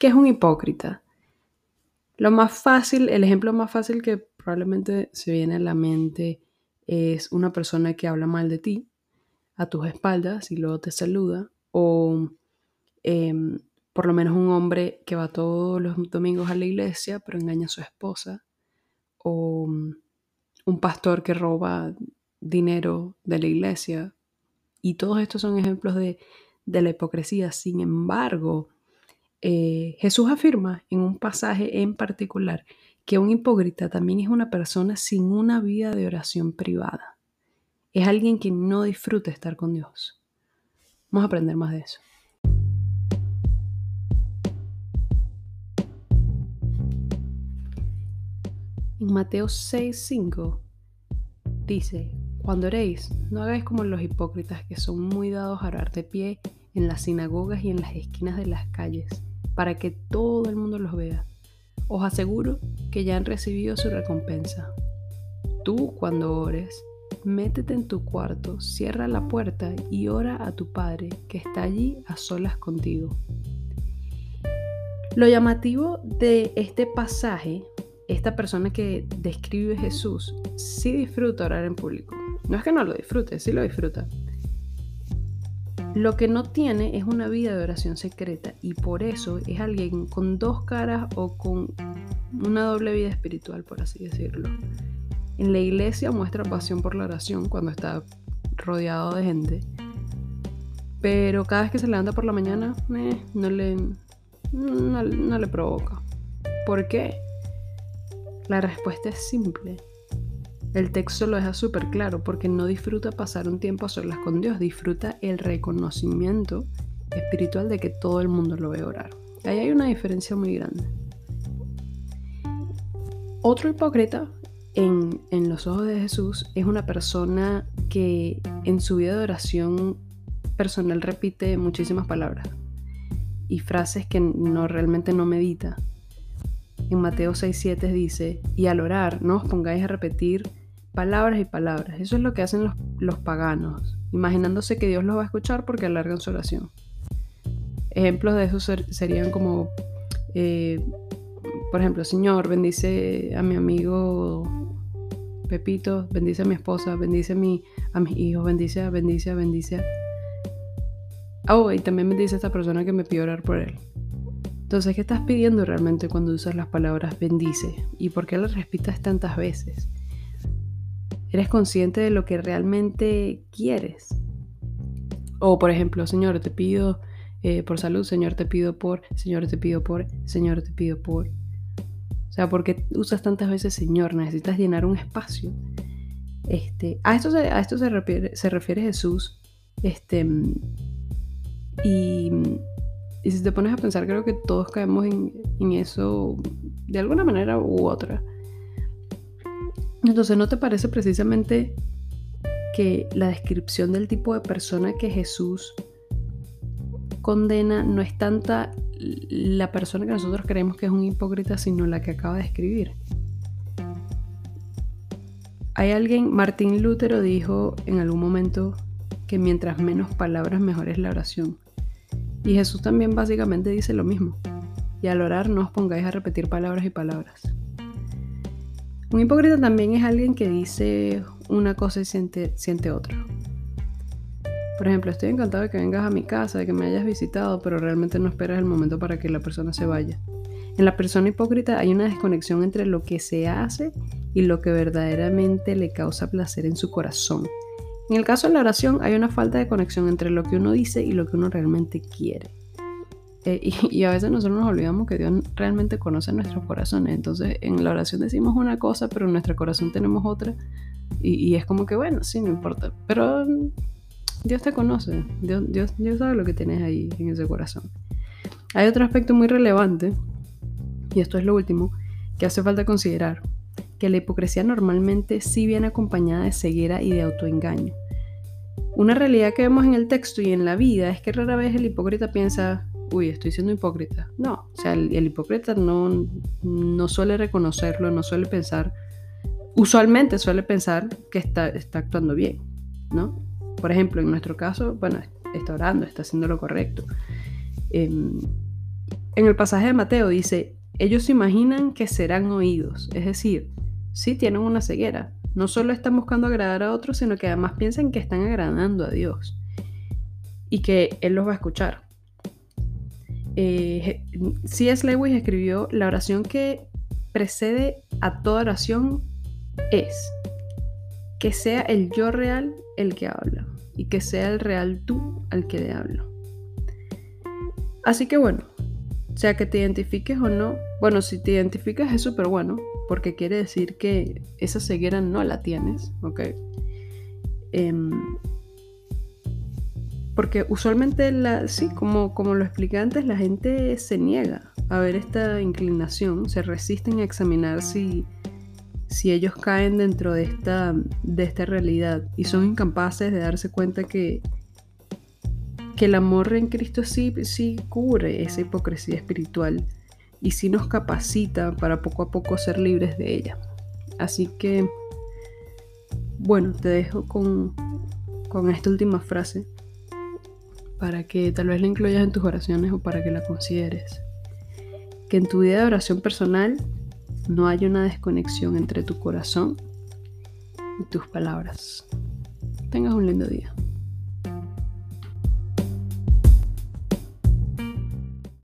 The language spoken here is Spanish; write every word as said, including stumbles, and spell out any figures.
¿Qué es un hipócrita? Lo más fácil, el ejemplo más fácil que probablemente se viene a la mente es una persona que habla mal de ti a tus espaldas y luego te saluda, o eh, por lo menos un hombre que va todos los domingos a la iglesia pero engaña a su esposa, o un pastor que roba dinero de la iglesia. Y todos estos son ejemplos de, de la hipocresía. Sin embargo, eh, Jesús afirma en un pasaje en particular que un hipócrita también es una persona sin una vida de oración privada. Es alguien que no disfruta estar con Dios. Vamos a aprender más de eso. En Mateo seis cinco dice: cuando oréis, no hagáis como los hipócritas, que son muy dados a orar de pie en las sinagogas y en las esquinas de las calles, para que todo el mundo los vea. Os aseguro que ya han recibido su recompensa. Tú, cuando ores, métete en tu cuarto, cierra la puerta y ora a tu Padre, que está allí a solas contigo. Lo llamativo de este pasaje, esta persona que describe Jesús, sí disfruta orar en público. No es que no lo disfrute, sí lo disfruta. Lo que no tiene es una vida de oración secreta, y por eso es alguien con dos caras o con una doble vida espiritual, por así decirlo. En la iglesia muestra pasión por la oración cuando está rodeado de gente, pero cada vez que se levanta por la mañana eh, no, le, no, no le provoca. ¿Por qué? La respuesta es simple. El texto lo deja súper claro, porque no disfruta pasar un tiempo a solas con Dios, disfruta el reconocimiento espiritual de que todo el mundo lo ve orar. Ahí hay una diferencia muy grande. Otro hipócrita en, en los ojos de Jesús es una persona que en su vida de oración personal repite muchísimas palabras y frases que no realmente no medita. En Mateo seis siete dice: y al orar no os pongáis a repetir palabras y palabras. Eso es lo que hacen los, los paganos, imaginándose que Dios los va a escuchar porque alargan su oración. Ejemplos de eso ser, serían como, eh, por ejemplo, Señor, bendice a mi amigo Pepito, bendice a mi esposa, bendice a, mi, a mis hijos, bendice a, bendice a, bendice a... Oh, y también bendice a esta persona que me pidió orar por él. Entonces, ¿qué estás pidiendo realmente cuando usas las palabras bendice? ¿Y por qué las repitas tantas veces? ¿Eres consciente de lo que realmente quieres? O, por ejemplo, Señor, te pido eh, por salud, Señor, te pido por, Señor, te pido por, Señor, te pido por. O sea, ¿por qué usas tantas veces Señor? Necesitas llenar un espacio. Este, a esto, se, a esto se, refiere, se refiere Jesús. Este, y... Y si te pones a pensar, creo que todos caemos en, en eso de alguna manera u otra. Entonces, ¿no te parece precisamente que la descripción del tipo de persona que Jesús condena no es tanta la persona que nosotros creemos que es un hipócrita, sino la que acaba de escribir? Hay alguien, Martín Lutero dijo en algún momento que mientras menos palabras, mejor es la oración. Y Jesús también básicamente dice lo mismo. Y al orar no os pongáis a repetir palabras y palabras. Un hipócrita también es alguien que dice una cosa y siente, siente otra. Por ejemplo, estoy encantado de que vengas a mi casa, de que me hayas visitado, pero realmente no esperas el momento para que la persona se vaya. En la persona hipócrita hay una desconexión entre lo que se hace y lo que verdaderamente le causa placer en su corazón. En el caso de la oración hay una falta de conexión entre lo que uno dice y lo que uno realmente quiere. Eh, y, y a veces nosotros nos olvidamos que Dios realmente conoce nuestros corazones. Entonces en la oración decimos una cosa, pero en nuestro corazón tenemos otra. Y, y es como que bueno, sí, no importa. Pero Dios te conoce. Dios, Dios, Dios sabe lo que tienes ahí en ese corazón. Hay otro aspecto muy relevante, y esto es lo último, que hace falta considerar. Que la hipocresía normalmente sí viene acompañada de ceguera y de autoengaño. Una realidad que vemos en el texto y en la vida es que rara vez el hipócrita piensa, uy, estoy siendo hipócrita. No, o sea, el, el hipócrita no, no suele reconocerlo, no suele pensar, usualmente suele pensar que está, está actuando bien, ¿no? Por ejemplo, en nuestro caso, bueno, está orando, está haciendo lo correcto. Eh, en el pasaje de Mateo dice, ellos imaginan que serán oídos, es decir, sí tienen una ceguera. No solo están buscando agradar a otros, sino que además piensan que están agradando a Dios y que Él los va a escuchar. Eh, C S Lewis escribió, la oración que precede a toda oración es que sea el yo real el que habla y que sea el real tú al que le hablo. Así que bueno, sea que te identifiques o no, bueno, si te identificas es súper bueno, porque quiere decir que esa ceguera no la tienes, ¿ok? Eh, porque usualmente, la, sí, como, como lo expliqué antes, la gente se niega a ver esta inclinación, se resisten a examinar si, si ellos caen dentro de esta, de esta realidad y son incapaces de darse cuenta que, que el amor en Cristo sí, sí cubre esa hipocresía espiritual y sí nos capacita para poco a poco ser libres de ella. Así que, bueno, te dejo con, con esta última frase para que tal vez la incluyas en tus oraciones o para que la consideres. Que en tu vida de oración personal no haya una desconexión entre tu corazón y tus palabras. Tengas un lindo día.